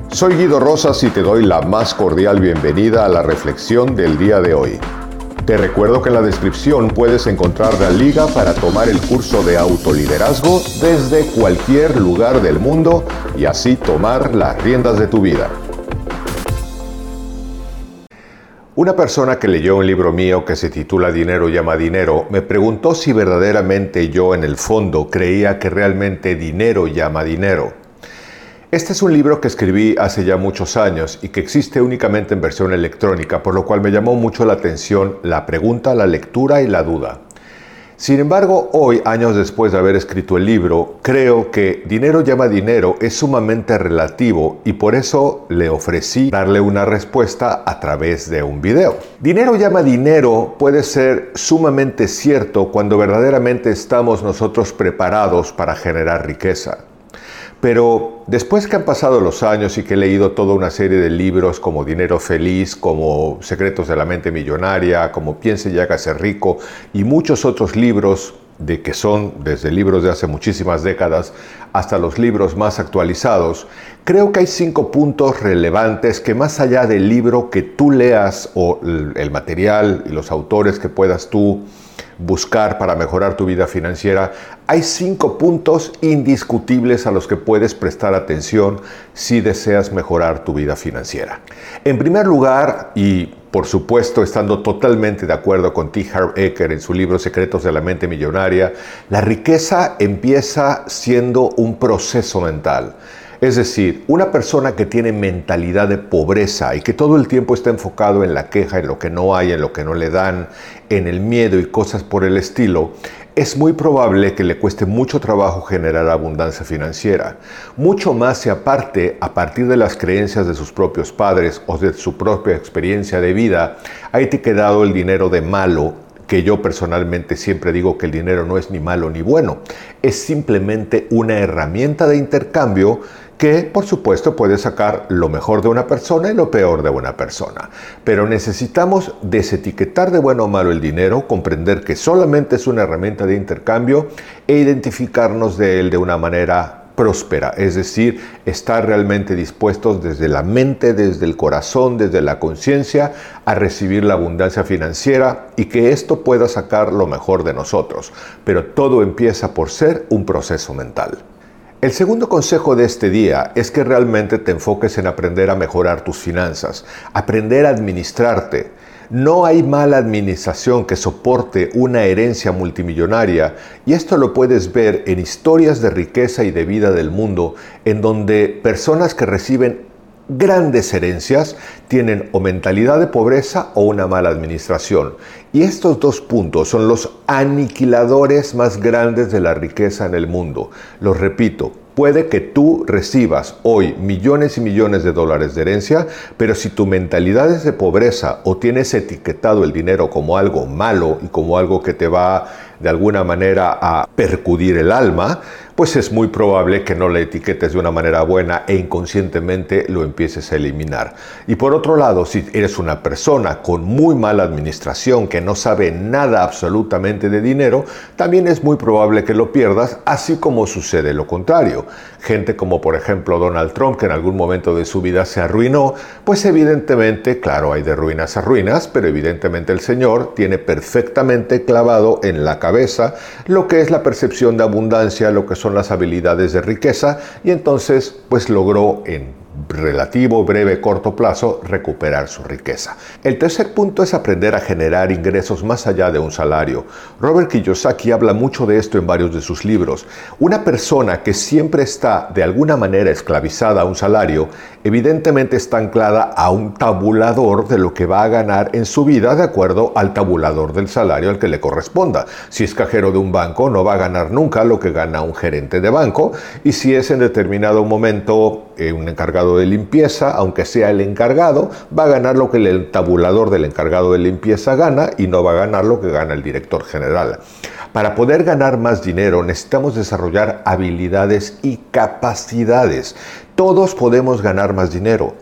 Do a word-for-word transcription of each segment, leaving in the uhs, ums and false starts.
Soy Guido Rosas y te doy la más cordial bienvenida a la reflexión del día de hoy. Te recuerdo que en la descripción puedes encontrar la liga para tomar el curso de autoliderazgo desde cualquier lugar del mundo y así tomar las riendas de tu vida. Una persona que leyó un libro mío que se titula Dinero llama dinero me preguntó si verdaderamente yo en el fondo creía que realmente dinero llama dinero. Este es un libro que escribí hace ya muchos años y que existe únicamente en versión electrónica, por lo cual me llamó mucho la atención la pregunta, la lectura y la duda. Sin embargo, hoy, años después de haber escrito el libro, creo que Dinero llama dinero es sumamente relativo y por eso le ofrecí darle una respuesta a través de un video. Dinero llama dinero puede ser sumamente cierto cuando verdaderamente estamos nosotros preparados para generar riqueza. Pero después que han pasado los años y que he leído toda una serie de libros como Dinero Feliz, como Secretos de la Mente Millonaria, como Piense y hágase rico y muchos otros libros de que son desde libros de hace muchísimas décadas hasta los libros más actualizados, creo que hay cinco puntos relevantes que más allá del libro que tú leas o el material y los autores que puedas tú buscar para mejorar tu vida financiera, hay cinco puntos indiscutibles a los que puedes prestar atención si deseas mejorar tu vida financiera. En primer lugar, y por supuesto estando totalmente de acuerdo con T. Harv Eker en su libro Secretos de la Mente Millonaria, la riqueza empieza siendo un proceso mental. Es decir, una persona que tiene mentalidad de pobreza y que todo el tiempo está enfocado en la queja, en lo que no hay, en lo que no le dan, en el miedo y cosas por el estilo, es muy probable que le cueste mucho trabajo generar abundancia financiera. Mucho más si aparte, a partir de las creencias de sus propios padres o de su propia experiencia de vida, ha etiquetado el dinero de malo, que yo personalmente siempre digo que el dinero no es ni malo ni bueno, es simplemente una herramienta de intercambio que, por supuesto, puede sacar lo mejor de una persona y lo peor de una persona. Pero necesitamos desetiquetar de bueno o malo el dinero, comprender que solamente es una herramienta de intercambio e identificarnos de él de una manera próspera, es decir, estar realmente dispuestos desde la mente, desde el corazón, desde la conciencia a recibir la abundancia financiera y que esto pueda sacar lo mejor de nosotros. Pero todo empieza por ser un proceso mental. El segundo consejo de este día es que realmente te enfoques en aprender a mejorar tus finanzas, aprender a administrarte. No hay mala administración que soporte una herencia multimillonaria y esto lo puedes ver en historias de riqueza y de vida del mundo en donde personas que reciben grandes herencias tienen o mentalidad de pobreza o una mala administración. Y estos dos puntos son los aniquiladores más grandes de la riqueza en el mundo. Los repito. Puede que tú recibas hoy millones y millones de dólares de herencia, pero si tu mentalidad es de pobreza o tienes etiquetado el dinero como algo malo y como algo que te va de alguna manera a percudir el alma, pues es muy probable que no le etiquetes de una manera buena e inconscientemente lo empieces a eliminar. Y por otro lado, si eres una persona con muy mala administración, que no sabe nada absolutamente de dinero, también es muy probable que lo pierdas, así como sucede lo contrario. Gente como por ejemplo Donald Trump, que en algún momento de su vida se arruinó, pues evidentemente, claro, hay de ruinas a ruinas, pero evidentemente el señor tiene perfectamente clavado en la cabeza lo que es la percepción de abundancia, lo que son las habilidades de riqueza, y entonces pues logró en relativo, breve, corto plazo recuperar su riqueza. El tercer punto es aprender a generar ingresos más allá de un salario. Robert Kiyosaki habla mucho de esto en varios de sus libros. Una persona que siempre está de alguna manera esclavizada a un salario, evidentemente está anclada a un tabulador de lo que va a ganar en su vida de acuerdo al tabulador del salario al que le corresponda. Si es cajero de un banco, no va a ganar nunca lo que gana un gerente de banco, y si es en determinado momento eh, un encargado de limpieza, aunque sea el encargado, va a ganar lo que el tabulador del encargado de limpieza gana y no va a ganar lo que gana el director general. Para poder ganar más dinero necesitamos desarrollar habilidades y capacidades. Todos podemos ganar más dinero.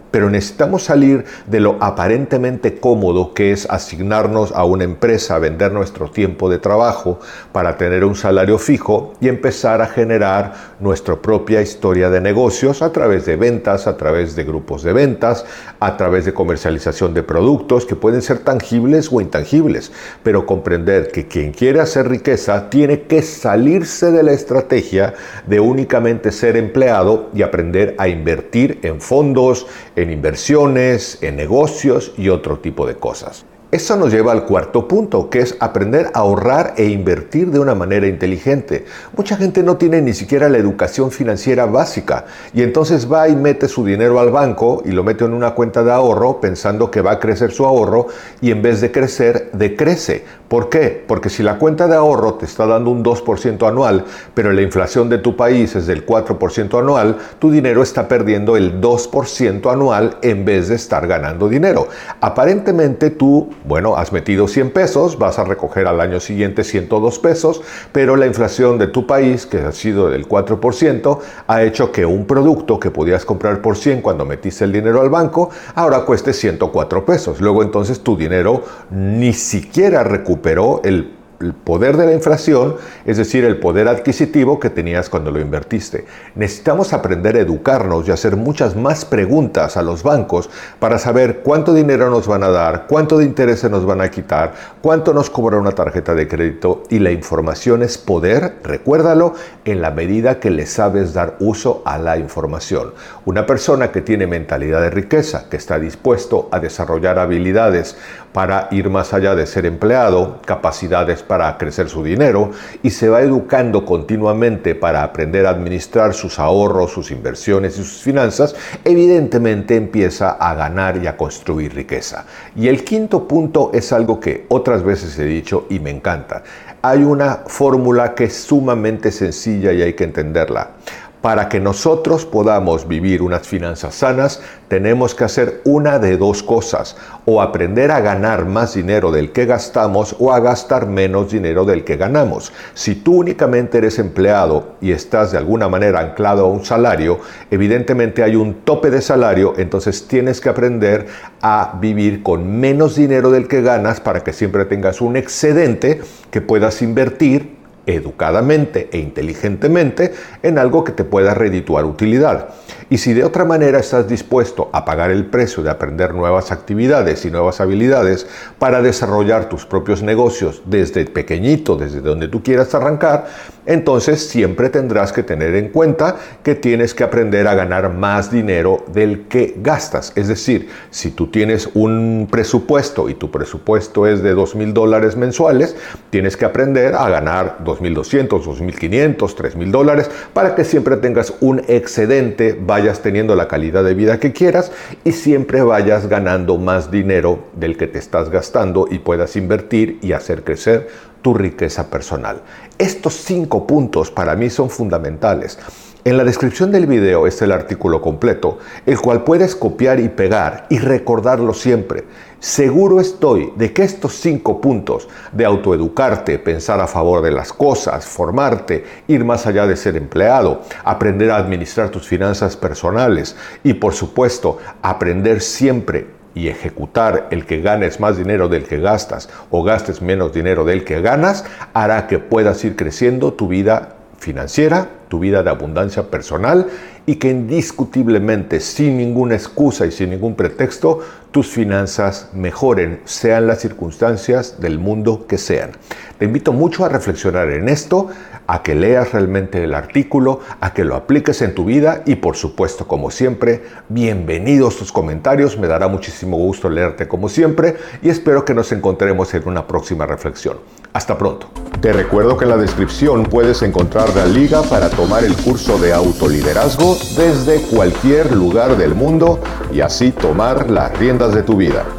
Pero necesitamos salir de lo aparentemente cómodo que es asignarnos a una empresa, vender nuestro tiempo de trabajo para tener un salario fijo y empezar a generar nuestra propia historia de negocios a través de ventas, a través de grupos de ventas, a través de comercialización de productos que pueden ser tangibles o intangibles. Pero comprender que quien quiere hacer riqueza tiene que salirse de la estrategia de únicamente ser empleado y aprender a invertir en fondos, en inversiones, en negocios y otro tipo de cosas. Eso nos lleva al cuarto punto, que es aprender a ahorrar e invertir de una manera inteligente. Mucha gente no tiene ni siquiera la educación financiera básica y entonces va y mete su dinero al banco y lo mete en una cuenta de ahorro pensando que va a crecer su ahorro y en vez de crecer, decrece. ¿Por qué? Porque si la cuenta de ahorro te está dando un dos por ciento anual, pero la inflación de tu país es del cuatro por ciento anual, tu dinero está perdiendo el dos por ciento anual en vez de estar ganando dinero. Aparentemente tú, bueno, has metido cien pesos, vas a recoger al año siguiente ciento dos pesos, pero la inflación de tu país, que ha sido del cuatro por ciento, ha hecho que un producto que podías comprar por cien cuando metiste el dinero al banco, ahora cueste ciento cuatro pesos. Luego entonces tu dinero ni siquiera recuperó el el poder de la inflación, es decir, el poder adquisitivo que tenías cuando lo invertiste. Necesitamos aprender a educarnos y hacer muchas más preguntas a los bancos para saber cuánto dinero nos van a dar, cuánto de interés nos van a quitar, cuánto nos cobra una tarjeta de crédito, y la información es poder, recuérdalo, en la medida que le sabes dar uso a la información. Una persona que tiene mentalidad de riqueza, que está dispuesto a desarrollar habilidades para ir más allá de ser empleado, capacidades para crecer su dinero, y se va educando continuamente para aprender a administrar sus ahorros, sus inversiones y sus finanzas, evidentemente empieza a ganar y a construir riqueza. Y el quinto punto es algo que otras veces he dicho y me encanta. Hay una fórmula que es sumamente sencilla y hay que entenderla. Para que nosotros podamos vivir unas finanzas sanas, tenemos que hacer una de dos cosas: o aprender a ganar más dinero del que gastamos o a gastar menos dinero del que ganamos. Si tú únicamente eres empleado y estás de alguna manera anclado a un salario, evidentemente hay un tope de salario, entonces tienes que aprender a vivir con menos dinero del que ganas para que siempre tengas un excedente que puedas invertir educadamente e inteligentemente en algo que te pueda redituar utilidad. Y si de otra manera estás dispuesto a pagar el precio de aprender nuevas actividades y nuevas habilidades para desarrollar tus propios negocios desde pequeñito, desde donde tú quieras arrancar, entonces siempre tendrás que tener en cuenta que tienes que aprender a ganar más dinero del que gastas. Es decir, si tú tienes un presupuesto y tu presupuesto es de dos mil dólares mensuales, tienes que aprender a ganar dos mil doscientos, dos mil quinientos, tres mil dólares para que siempre tengas un excedente, vayas teniendo la calidad de vida que quieras y siempre vayas ganando más dinero del que te estás gastando y puedas invertir y hacer crecer tu riqueza personal. Estos cinco puntos para mí son fundamentales. En la descripción del video está el artículo completo, el cual puedes copiar y pegar y recordarlo siempre. Seguro estoy de que estos cinco puntos de autoeducarte, pensar a favor de las cosas, formarte, ir más allá de ser empleado, aprender a administrar tus finanzas personales y, por supuesto, aprender siempre y ejecutar el que ganes más dinero del que gastas o gastes menos dinero del que ganas, hará que puedas ir creciendo tu vida financiera, tu vida de abundancia personal, y que indiscutiblemente, sin ninguna excusa y sin ningún pretexto, tus finanzas mejoren, sean las circunstancias del mundo que sean. Te invito mucho a reflexionar en esto, a que leas realmente el artículo, a que lo apliques en tu vida y, por supuesto, como siempre, bienvenidos tus comentarios. Me dará muchísimo gusto leerte como siempre y espero que nos encontremos en una próxima reflexión. Hasta pronto. Te recuerdo que en la descripción puedes encontrar la liga para tomar el curso de autoliderazgo desde cualquier lugar del mundo y así tomar las riendas de tu vida.